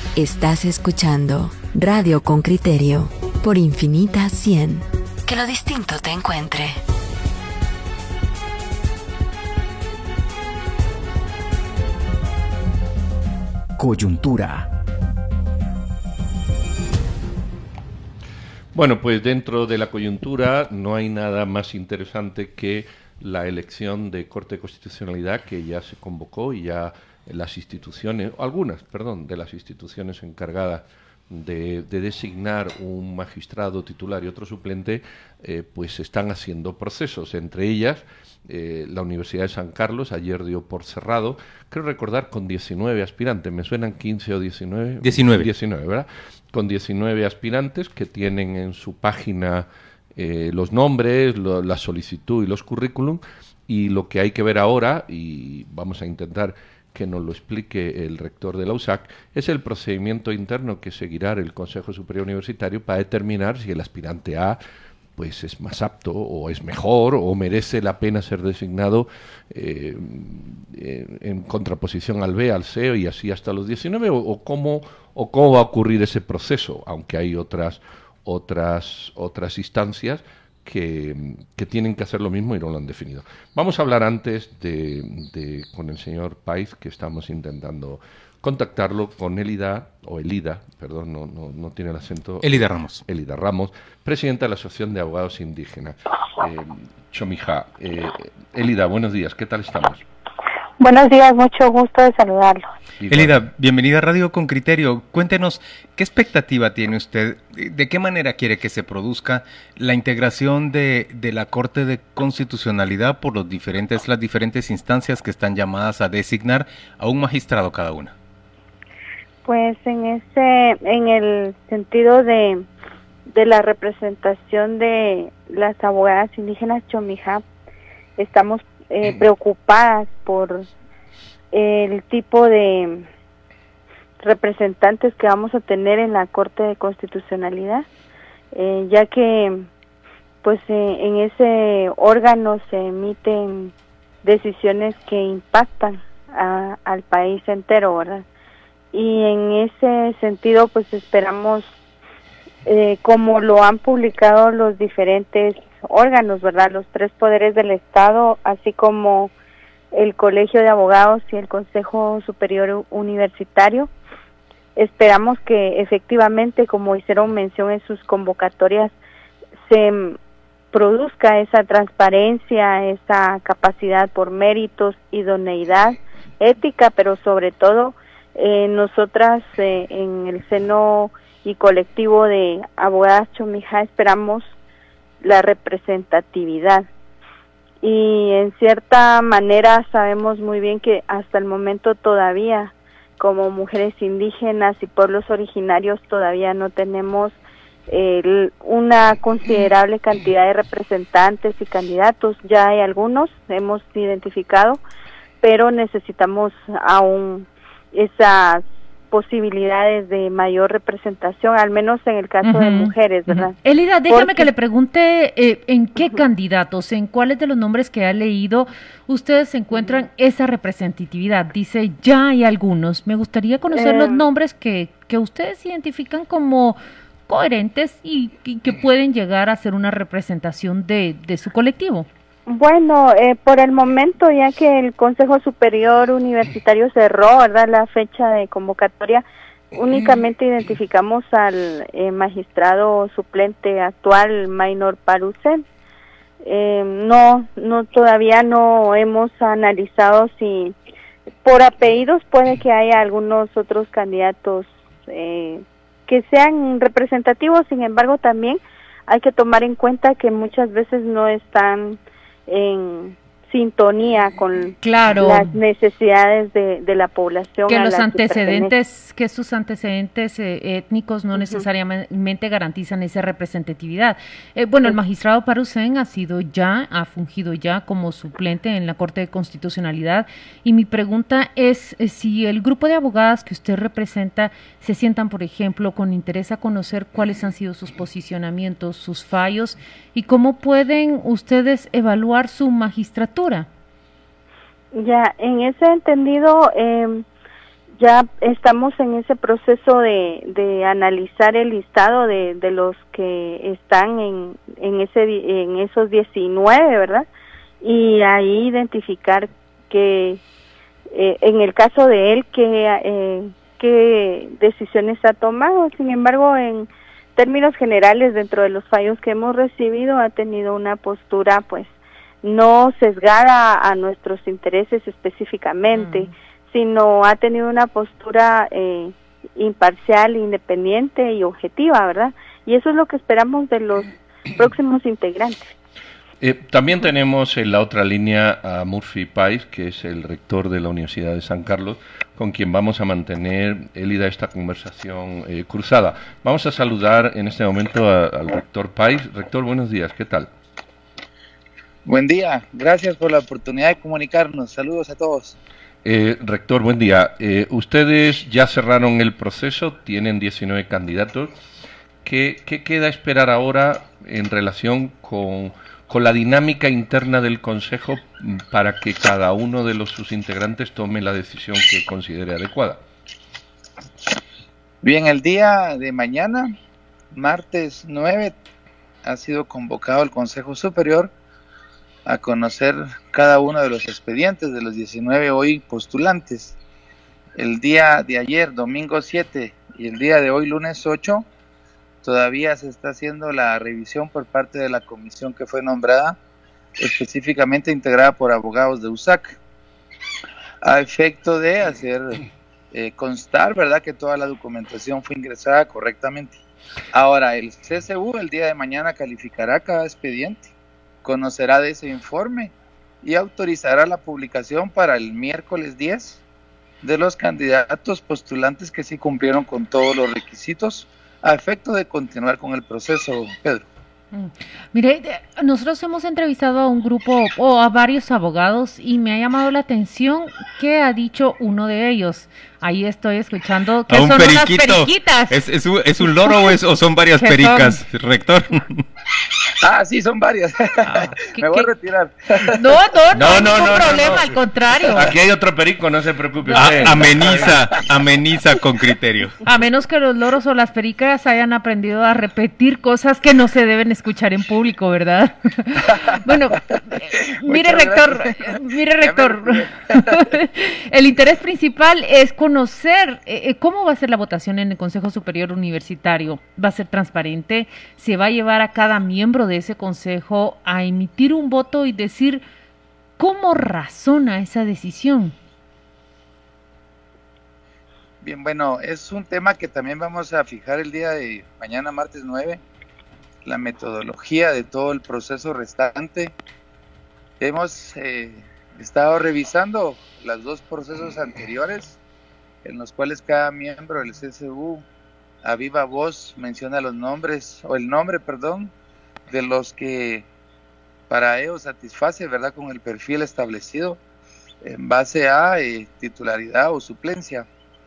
Estás escuchando Radio con Criterio por Infinita 100. Que lo distinto te encuentre. Coyuntura. Bueno, pues dentro de la coyuntura no hay nada más interesante que la elección de Corte de Constitucionalidad que ya se convocó y ya las instituciones, de las instituciones encargadas de designar un magistrado titular y otro suplente, pues están haciendo procesos. Entre ellas, la Universidad de San Carlos ayer dio por cerrado, creo recordar, con 19 aspirantes, me suenan 15 o 19. 19, ¿verdad? Con 19 aspirantes que tienen en su página los nombres, la solicitud y los currículum, y lo que hay que ver ahora, y vamos a intentar que nos lo explique el rector de la USAC, es el procedimiento interno que seguirá el Consejo Superior Universitario para determinar si el aspirante A pues es más apto o es mejor o merece la pena ser designado en contraposición al B, al C y así hasta los 19 o cómo va a ocurrir ese proceso, aunque hay otras instancias que tienen que hacer lo mismo y no lo han definido. Vamos a hablar antes con el señor Paiz, que estamos intentando contactarlo, con Elida, perdón, no tiene el acento. Elida Ramos, presidenta de la Asociación de Abogados Indígenas, Chomija. Elida, buenos días, ¿qué tal estamos? Buenos días, mucho gusto de saludarlo. Elida, bienvenida a Radio con Criterio. Cuéntenos, ¿qué expectativa tiene usted? ¿De qué manera quiere que se produzca la integración de la Corte de Constitucionalidad por las diferentes instancias que están llamadas a designar a un magistrado cada una? Pues en el sentido de la representación de las abogadas indígenas Chomija, estamos preocupadas por el tipo de representantes que vamos a tener en la Corte de Constitucionalidad, ya que pues en ese órgano se emiten decisiones que impactan al país entero, ¿verdad? Y en ese sentido pues esperamos, como lo han publicado los diferentes órganos, ¿verdad? Los 3 poderes del Estado, así como el Colegio de Abogados y el Consejo Superior Universitario. Esperamos que efectivamente, como hicieron mención en sus convocatorias, se produzca esa transparencia, esa capacidad por méritos, idoneidad, ética, pero sobre todo nosotras en el seno y colectivo de abogadas Chomija esperamos la representatividad, y en cierta manera sabemos muy bien que hasta el momento todavía como mujeres indígenas y pueblos originarios todavía no tenemos una considerable cantidad de representantes y candidatos. Ya hay algunos, hemos identificado, pero necesitamos aún esas posibilidades de mayor representación, al menos en el caso de mujeres, ¿verdad? Elida, déjame que le pregunte en qué candidatos, en cuáles de los nombres que ha leído ustedes encuentran esa representatividad. Dice, ya hay algunos. Me gustaría conocer los nombres que ustedes identifican como coherentes y que pueden llegar a ser una representación de su colectivo. Bueno, por el momento, ya que el Consejo Superior Universitario cerró, ¿verdad?, la fecha de convocatoria, únicamente identificamos al magistrado suplente actual, Maynor Parucén. Todavía no hemos analizado si por apellidos puede que haya algunos otros candidatos que sean representativos. Sin embargo, también hay que tomar en cuenta que muchas veces no están en sintonía con las necesidades de la población. Que los antecedentes, que sus antecedentes étnicos no necesariamente garantizan esa representatividad. El magistrado Parucén ha fungido ya como suplente en la Corte de Constitucionalidad, y mi pregunta es si el grupo de abogadas que usted representa se sientan, por ejemplo, con interés a conocer cuáles han sido sus posicionamientos, sus fallos, y cómo pueden ustedes evaluar su magistratura. Ya, en ese entendido, ya estamos en ese proceso de analizar el listado de los que están en esos 19, ¿verdad? Y ahí identificar que en el caso de él qué decisiones ha tomado. Sin embargo, en términos generales, dentro de los fallos que hemos recibido, ha tenido una postura pues no sesgada a nuestros intereses específicamente, sino ha tenido una postura imparcial, independiente y objetiva, ¿verdad? Y eso es lo que esperamos de los próximos integrantes. También tenemos en la otra línea a Murphy Pais, que es el rector de la Universidad de San Carlos, con quien vamos a mantener, Elida, esta conversación cruzada. Vamos a saludar en este momento al rector Pais. Rector, buenos días, ¿qué tal? Buen día, gracias por la oportunidad de comunicarnos. Saludos a todos. Rector, buen día. Ustedes ya cerraron el proceso, tienen 19 candidatos. ¿Qué queda esperar ahora en relación con la dinámica interna del Consejo para que cada uno de sus integrantes tome la decisión que considere adecuada? Bien, el día de mañana, martes 9, ha sido convocado el Consejo Superior a conocer cada uno de los expedientes de los 19 hoy postulantes. El día de ayer, domingo 7, y el día de hoy, lunes 8, todavía se está haciendo la revisión por parte de la comisión que fue nombrada, específicamente integrada por abogados de USAC, a efecto de hacer constar, ¿verdad?, que toda la documentación fue ingresada correctamente. Ahora, el CSU el día de mañana calificará cada expediente, conocerá de ese informe y autorizará la publicación para el miércoles 10 de los candidatos postulantes que sí cumplieron con todos los requisitos, a efecto de continuar con el proceso, Pedro. Mire, nosotros hemos entrevistado a un grupo o a varios abogados y me ha llamado la atención que ha dicho uno de ellos. Ahí estoy escuchando que son unas periquitas. ¿Es un loro o son varias pericas, rector? Sí, son varias. Me voy a retirar. No, ningún problema, al contrario. Aquí hay otro perico, no se preocupe usted. Ameniza con criterio. A menos que los loros o las pericas hayan aprendido a repetir cosas que no se deben escuchar en público, ¿verdad? Bueno, mire, rector, el interés principal es conocer cómo va a ser la votación en el Consejo Superior Universitario. ¿Va a ser transparente? ¿Se va a llevar a cada miembro de ese consejo a emitir un voto y decir cómo razona esa decisión? Bien, bueno, es un tema que también vamos a fijar el día de mañana, martes 9, la metodología de todo el proceso restante. Hemos estado revisando los dos procesos anteriores, en los cuales cada miembro del CSU a viva voz menciona los nombres, o el nombre, perdón, de los que para ellos satisface, ¿verdad?, con el perfil establecido en base a titularidad o suplencia.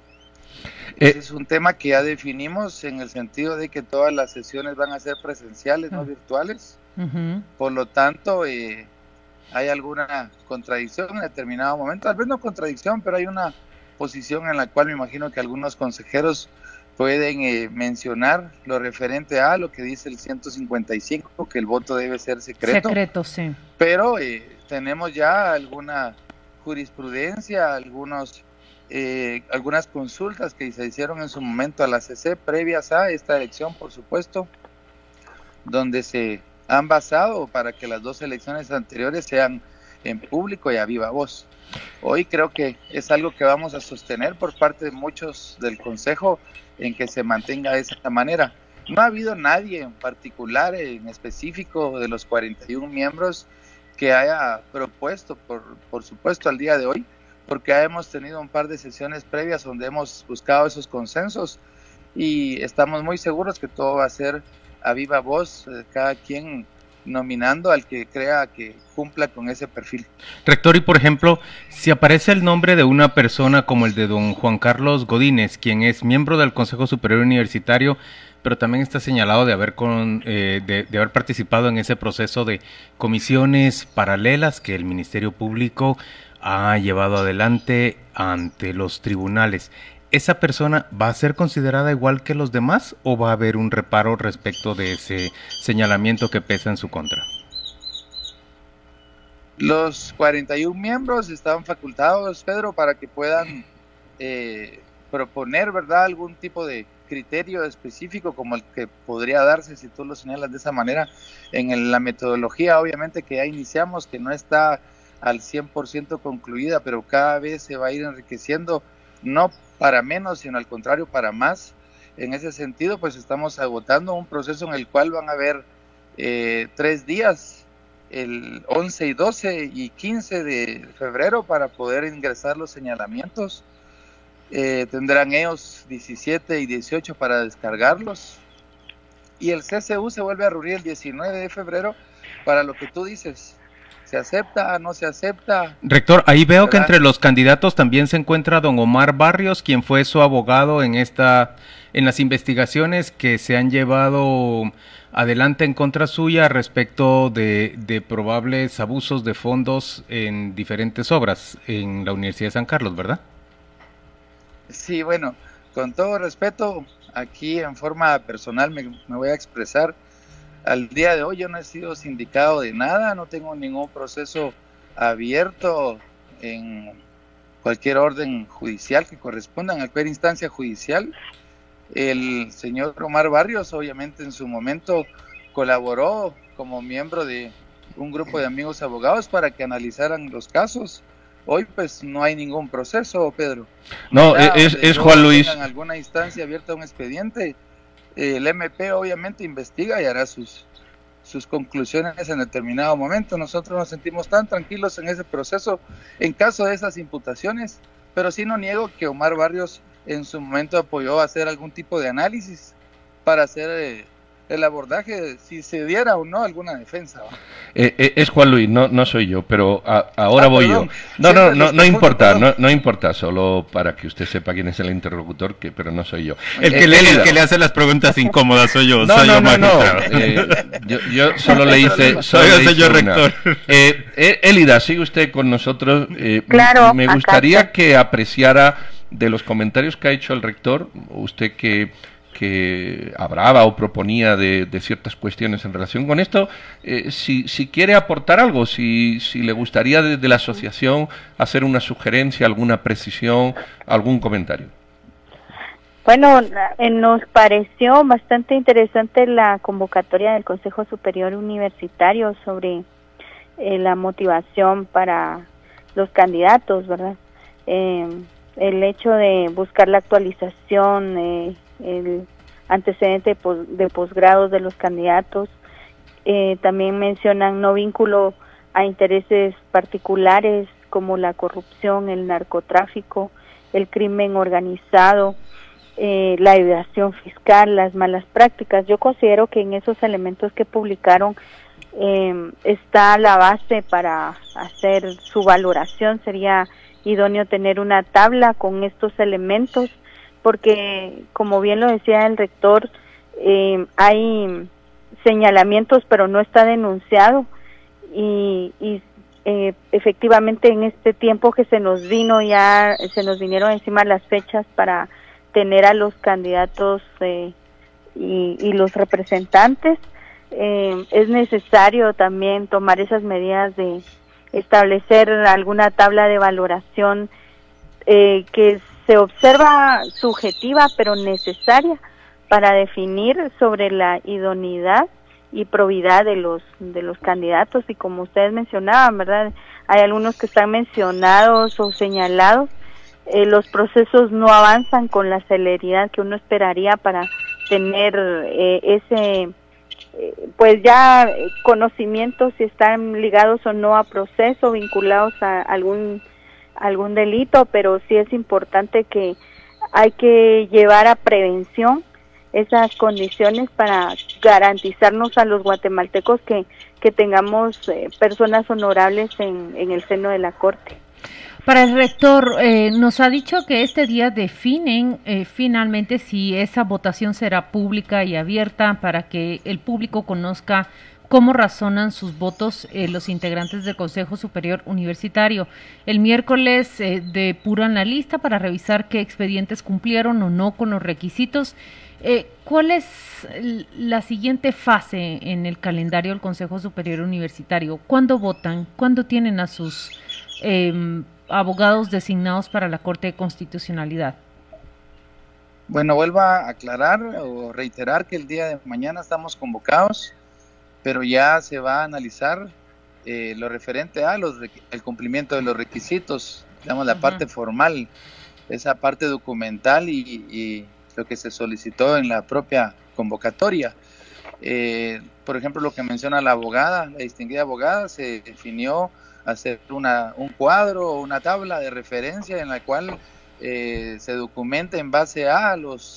Ese es un tema que ya definimos en el sentido de que todas las sesiones van a ser presenciales, no virtuales. Por lo tanto, hay alguna contradicción en determinado momento, tal vez no contradicción, pero hay una posición en la cual me imagino que algunos consejeros pueden mencionar lo referente a lo que dice el 155, que el voto debe ser secreto. Secreto, sí. Pero tenemos ya alguna jurisprudencia, algunas consultas que se hicieron en su momento a la CC previas a esta elección, por supuesto, donde se han basado para que las dos elecciones anteriores sean en público y a viva voz. Hoy creo que es algo que vamos a sostener por parte de muchos del Consejo, en que se mantenga de esa manera. No ha habido nadie en particular, en específico, de los 41 miembros que haya propuesto, por supuesto, al día de hoy, porque hemos tenido un par de sesiones previas donde hemos buscado esos consensos y estamos muy seguros que todo va a ser a viva voz, cada quien nominando al que crea que cumpla con ese perfil. Rector, y por ejemplo, si aparece el nombre de una persona como el de don Juan Carlos Godínez, quien es miembro del Consejo Superior Universitario, pero también está señalado de haber participado en ese proceso de comisiones paralelas que el Ministerio Público ha llevado adelante ante los tribunales, ¿esa persona va a ser considerada igual que los demás o va a haber un reparo respecto de ese señalamiento que pesa en su contra? Los 41 miembros están facultados, Pedro, para que puedan proponer, ¿verdad?, algún tipo de criterio específico como el que podría darse, si tú lo señalas de esa manera, en la metodología, obviamente, que ya iniciamos, que no está al 100% concluida, pero cada vez se va a ir enriqueciendo, no para menos, sino al contrario, para más. En ese sentido, pues estamos agotando un proceso en el cual van a haber 3 días, el 11 y 12 y 15 de febrero, para poder ingresar los señalamientos. Tendrán ellos 17 y 18 para descargarlos, y el CCU se vuelve a reunir el 19 de febrero para lo que tú dices, ¿se acepta, no se acepta? Rector, ahí veo que entre los candidatos también se encuentra don Omar Barrios, quien fue su abogado en las investigaciones que se han llevado adelante en contra suya respecto de probables abusos de fondos en diferentes obras en la Universidad de San Carlos, ¿verdad? Sí, bueno, con todo respeto, aquí en forma personal me voy a expresar. Al día de hoy yo no he sido sindicado de nada, no tengo ningún proceso abierto en cualquier orden judicial que corresponda, en cualquier instancia judicial. El señor Omar Barrios, obviamente, en su momento colaboró como miembro de un grupo de amigos abogados para que analizaran los casos. Hoy pues no hay ningún proceso, Pedro. No, es Juan Luis. En alguna instancia abierta un expediente, el MP obviamente investiga y hará sus conclusiones en determinado momento. Nosotros nos sentimos tan tranquilos en ese proceso en caso de esas imputaciones, pero sí no niego que Omar Barrios en su momento apoyó a hacer algún tipo de análisis para hacer el abordaje, si se diera o no alguna defensa. Es Juan Luis, no soy yo, pero ahora voy perdón. yo. No importa, no importa, solo para que usted sepa quién es el interlocutor, pero no soy yo. El que le hace las preguntas incómodas soy yo. No. Yo solo le hice... señor rector. Elida, sigue usted con nosotros. Claro, me gustaría que apreciara de los comentarios que ha hecho el rector, usted que hablaba o proponía de ciertas cuestiones en relación con esto, si quiere aportar algo, si le gustaría desde la asociación hacer una sugerencia, alguna precisión, algún comentario. Bueno, nos pareció bastante interesante la convocatoria del Consejo Superior Universitario sobre la motivación para los candidatos, ¿verdad? El hecho de buscar la actualización, el antecedente de posgrados de los candidatos. También mencionan no vínculo a intereses particulares como la corrupción, el narcotráfico, el crimen organizado, la evasión fiscal, las malas prácticas. Yo considero que en esos elementos que publicaron está la base para hacer su valoración. Sería idóneo tener una tabla con estos elementos, porque como bien lo decía el rector, hay señalamientos pero no está denunciado y efectivamente en este tiempo que se nos vinieron encima las fechas para tener a los candidatos y los representantes, es necesario también tomar esas medidas de establecer alguna tabla de valoración que se observa subjetiva pero necesaria para definir sobre la idoneidad y probidad de los candidatos. Y como ustedes mencionaban, ¿verdad?, hay algunos que están mencionados o señalados. Los procesos no avanzan con la celeridad que uno esperaría para tener pues ya conocimientos si están ligados o no a proceso, vinculados a algún delito, pero sí es importante que hay que llevar a prevención esas condiciones para garantizarnos a los guatemaltecos que tengamos personas honorables en el seno de la Corte. Para el rector, nos ha dicho que este día definen finalmente si esa votación será pública y abierta para que el público conozca cómo razonan sus votos los integrantes del Consejo Superior Universitario. El miércoles depuran la lista para revisar qué expedientes cumplieron o no con los requisitos. ¿Cuál es la siguiente fase en el calendario del Consejo Superior Universitario? ¿Cuándo votan? ¿Cuándo tienen a sus abogados designados para la Corte de Constitucionalidad? Bueno, vuelvo a aclarar o reiterar que el día de mañana estamos convocados, pero ya se va a analizar lo referente a el cumplimiento de los requisitos, digamos la parte formal, esa parte documental y lo que se solicitó en la propia convocatoria. Por ejemplo, lo que menciona la abogada, la distinguida abogada, se definió hacer un cuadro o una tabla de referencia en la cual se documenta en base a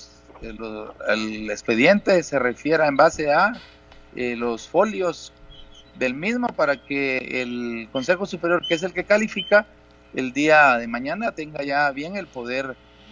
el expediente, se refiera en base a los folios del mismo, para que el Consejo Superior, que es el que califica, el día de mañana tenga ya bien el poder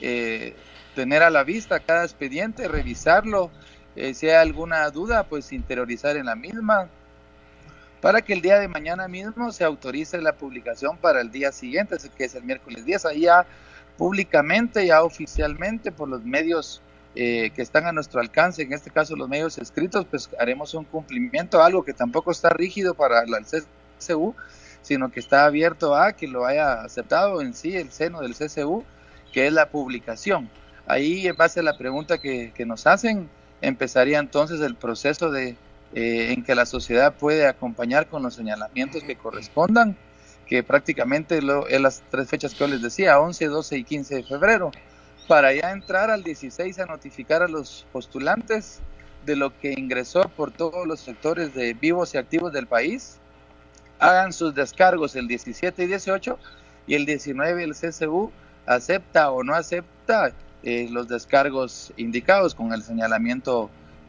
tener a la vista cada expediente, revisarlo, si hay alguna duda, pues interiorizar en la misma, para que el día de mañana mismo se autorice la publicación para el día siguiente, que es el miércoles 10, ahí ya públicamente, ya oficialmente, por los medios que están a nuestro alcance, en este caso los medios escritos, pues haremos un cumplimiento, algo que tampoco está rígido para el CSU, sino que está abierto a que lo haya aceptado en sí el seno del CSU, que es la publicación. Ahí, en base a la pregunta que nos hacen, empezaría entonces el proceso en que la sociedad puede acompañar con los señalamientos que correspondan, que prácticamente es las 3 fechas que yo les decía, 11, 12 y 15 de febrero, para ya entrar al 16 a notificar a los postulantes de lo que ingresó por todos los sectores de vivos y activos del país, hagan sus descargos el 17 y 18, y el 19 el CSU acepta o no acepta los descargos indicados con el señalamiento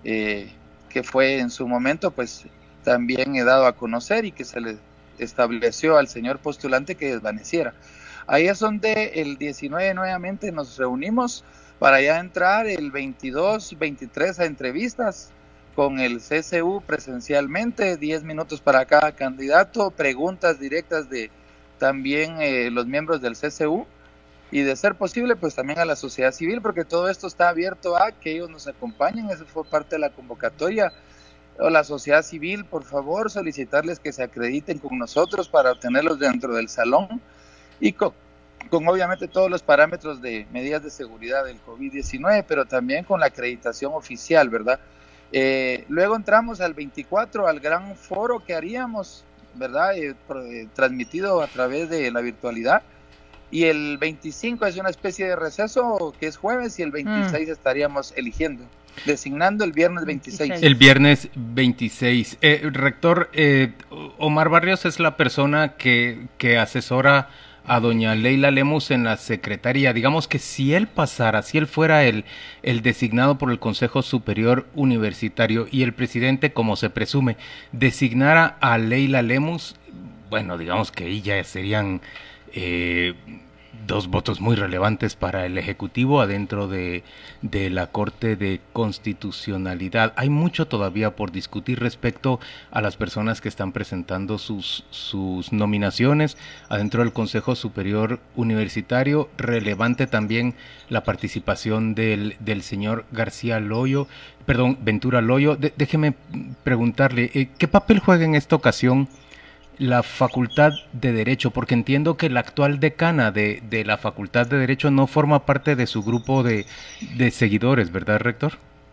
que fue en su momento, pues también he dado a conocer y que se le estableció al señor postulante que desvaneciera. Ahí es donde el 19 nuevamente nos reunimos para ya entrar el 22, 23 a entrevistas con el CSU presencialmente, 10 minutos para cada candidato, preguntas directas de también los miembros del CSU, y de ser posible pues también a la sociedad civil, porque todo esto está abierto a que ellos nos acompañen. Eso fue parte de la convocatoria. O la sociedad civil, por favor, solicitarles que se acrediten con nosotros para tenerlos dentro del salón y con obviamente todos los parámetros de medidas de seguridad del COVID-19, pero también con la acreditación oficial, ¿verdad? Luego entramos al 24, al gran foro que haríamos, ¿verdad? Transmitido a través de la virtualidad. Y el 25 es una especie de receso, que es jueves, y el 26 estaríamos designando el viernes 26. El viernes 26. Rector, Omar Barrios es la persona que asesora a doña Leila Lemus en la secretaría. Digamos que si él fuera el designado por el Consejo Superior Universitario y el presidente, como se presume, designara a Leila Lemus, bueno, digamos que ahí ya serían 2 votos muy relevantes para el Ejecutivo adentro de la Corte de Constitucionalidad. Hay mucho todavía por discutir respecto a las personas que están presentando sus nominaciones adentro del Consejo Superior Universitario. Relevante también la participación del señor Ventura Loyo. Déjeme preguntarle, ¿qué papel juega en esta ocasión la Facultad de Derecho? Porque entiendo que la actual decana de la Facultad de Derecho no forma parte de su grupo de seguidores, ¿verdad, rector?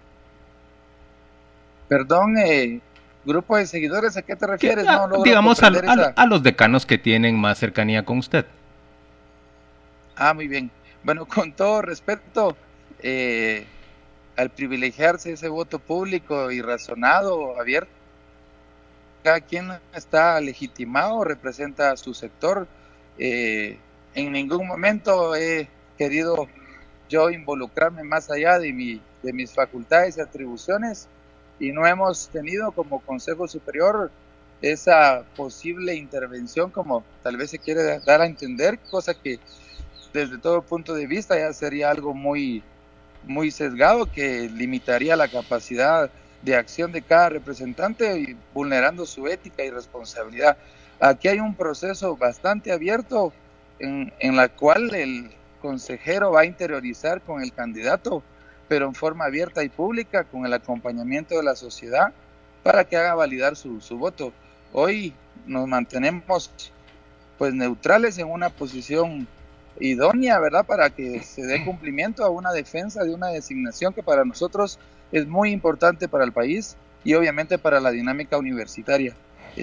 Perdón, grupo de seguidores, ¿a qué te refieres? No digamos a los decanos que tienen más cercanía con usted. Muy bien. Bueno, con todo respeto, al privilegiarse ese voto público y razonado, abierto, cada quien está legitimado, representa a su sector. En ningún momento he querido yo involucrarme más allá de mis facultades y atribuciones, y no hemos tenido como Consejo Superior esa posible intervención como tal vez se quiere dar a entender, cosa que desde todo punto de vista ya sería algo muy, muy sesgado, que limitaría la capacidad de acción de cada representante y vulnerando su ética y responsabilidad. Aquí hay un proceso bastante abierto en la cual el consejero va a interiorizar con el candidato, pero en forma abierta y pública, con el acompañamiento de la sociedad, para que haga validar su voto. Hoy nos mantenemos pues neutrales en una posición idónea, ¿verdad?, para que se dé cumplimiento a una defensa de una designación que para nosotros es muy importante para el país y obviamente para la dinámica universitaria.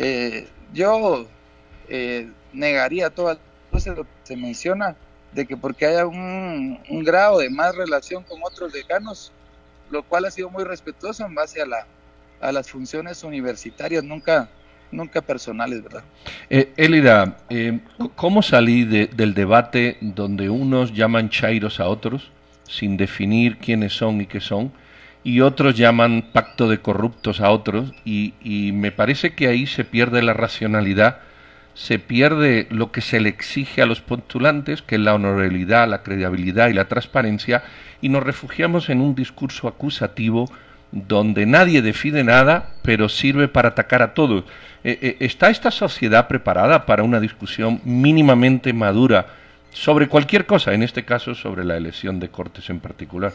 Yo negaría todo lo que se menciona de que porque haya un grado de más relación con otros decanos, lo cual ha sido muy respetuoso en base a las funciones universitarias, nunca personales, ¿verdad? Elida, ¿cómo salí del debate donde unos llaman chairos a otros sin definir quiénes son y qué son, y otros llaman pacto de corruptos a otros, y me parece que ahí se pierde la racionalidad, se pierde lo que se le exige a los postulantes, que es la honorabilidad, la credibilidad y la transparencia, y nos refugiamos en un discurso acusativo donde nadie define nada, pero sirve para atacar a todos. ¿Está esta sociedad preparada para una discusión mínimamente madura sobre cualquier cosa, en este caso sobre la elección de Cortes en particular?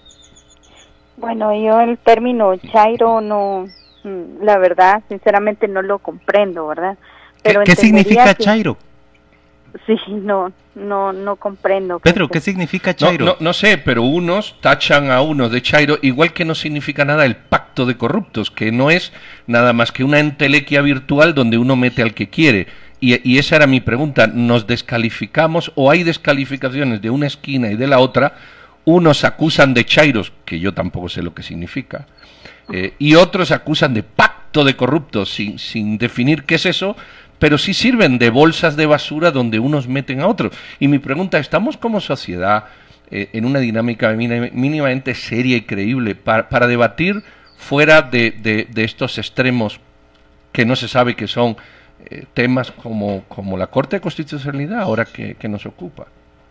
Bueno, yo el término chairo no, la verdad, sinceramente no lo comprendo, ¿verdad? Pero ¿Qué significa chairo? Sí, no comprendo. Pedro, ¿qué significa chairo? No sé, pero unos tachan a unos de chairo, igual que no significa nada el pacto de corruptos, que no es nada más que una entelequia virtual donde uno mete al que quiere. Y esa era mi pregunta, ¿nos descalificamos o hay descalificaciones de una esquina y de la otra? Unos acusan de chairos, que yo tampoco sé lo que significa, y otros acusan de pacto de corruptos, sin definir qué es eso, pero sí sirven de bolsas de basura donde unos meten a otros. Y mi pregunta, ¿estamos como sociedad en una dinámica mínimamente seria y creíble para debatir fuera de estos extremos que no se sabe que son temas como la Corte de Constitucionalidad ahora que nos ocupa?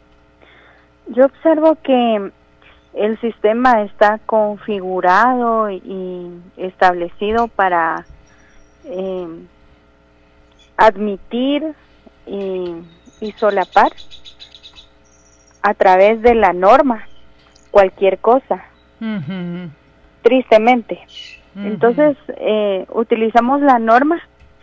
Yo observo que el sistema está configurado y establecido para admitir y solapar a través de la norma cualquier cosa, tristemente. Entonces utilizamos la norma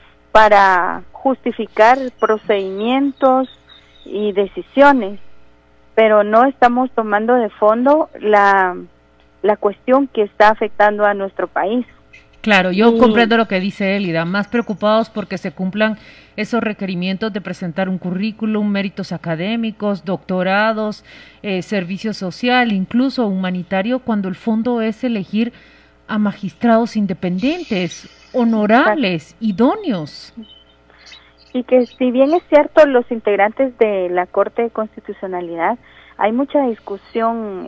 para justificar procedimientos y decisiones, pero no estamos tomando de fondo la cuestión que está afectando a nuestro país. Claro, yo comprendo lo que dice Elida, más preocupados porque se cumplan esos requerimientos de presentar un currículum, méritos académicos, doctorados, servicio social, incluso humanitario, cuando el fondo es elegir a magistrados independientes, honorables, idóneos. Y que si bien es cierto, los integrantes de la Corte de Constitucionalidad, hay mucha discusión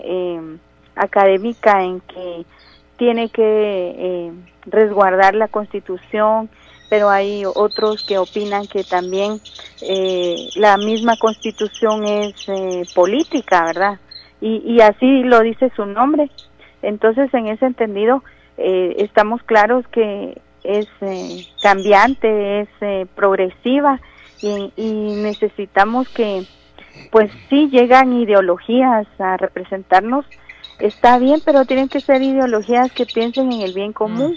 académica en que tiene que resguardar la Constitución, pero hay otros que opinan que también la misma Constitución es política, ¿verdad? Y así lo dice su nombre. Entonces, en ese entendido, estamos claros que es cambiante, es progresiva y necesitamos que, pues sí, llegan ideologías a representarnos. Está bien, pero tienen que ser ideologías que piensen en el bien común,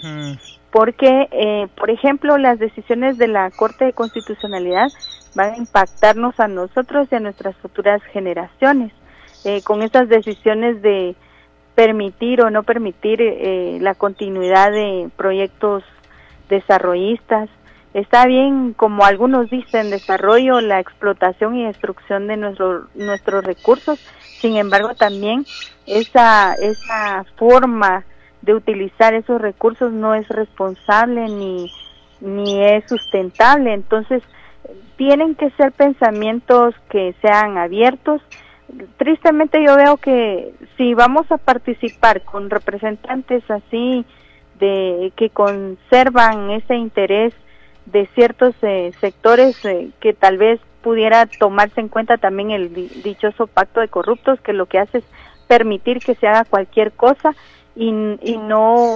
porque, por ejemplo, las decisiones de la Corte de Constitucionalidad van a impactarnos a nosotros y a nuestras futuras generaciones, con esas decisiones de permitir o no permitir la continuidad de proyectos desarrollistas. Está bien, como algunos dicen, desarrollo, la explotación y destrucción de nuestros recursos. Sin embargo, también esa forma de utilizar esos recursos no es responsable ni es sustentable. Entonces, tienen que ser pensamientos que sean abiertos. Tristemente yo veo que si vamos a participar con representantes así de que conservan ese interés de ciertos sectores que tal vez pudiera tomarse en cuenta también el dichoso pacto de corruptos, que lo que hace es permitir que se haga cualquier cosa y no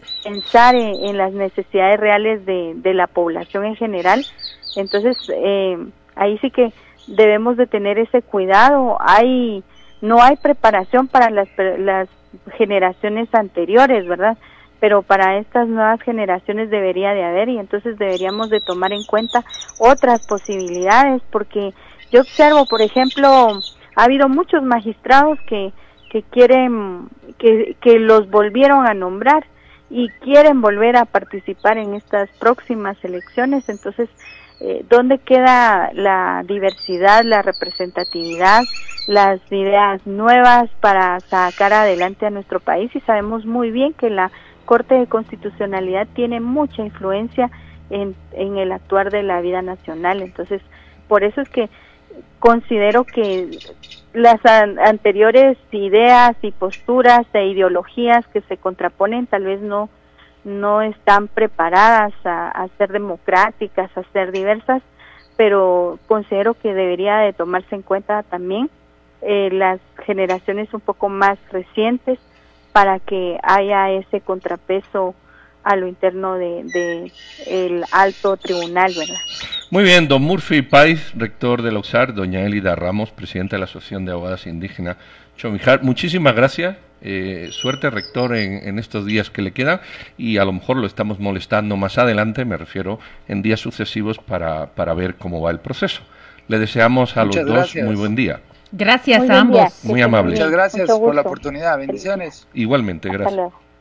pensar en las necesidades reales de la población en general. Entonces, ahí sí que debemos de tener ese cuidado. No hay preparación para las generaciones anteriores, ¿verdad? Pero para estas nuevas generaciones debería de haber, y entonces deberíamos de tomar en cuenta otras posibilidades, porque yo observo, por ejemplo, ha habido muchos magistrados que quieren, que los volvieron a nombrar y quieren volver a participar en estas próximas elecciones. Entonces, ¿dónde queda la diversidad, la representatividad, las ideas nuevas para sacar adelante a nuestro país? Y sabemos muy bien que la Corte de Constitucionalidad tiene mucha influencia en el actuar de la vida nacional. Entonces, por eso es que considero que las anteriores ideas y posturas e ideologías que se contraponen tal vez no están preparadas a ser democráticas, a ser diversas, pero considero que debería de tomarse en cuenta también las generaciones un poco más recientes, para que haya ese contrapeso a lo interno de el alto tribunal, ¿verdad? Muy bien, don Murphy Pais, rector de la USAR, doña Elida Ramos, presidenta de la Asociación de Abogadas Indígenas Chomijar, muchísimas gracias, suerte rector en estos días que le quedan, y a lo mejor lo estamos molestando más adelante, me refiero en días sucesivos, para ver cómo va el proceso. Le deseamos a los dos muy buen día. Gracias a ambos. Muy amables. Muchas gracias por la oportunidad. Bendiciones. Igualmente, gracias. Hasta luego.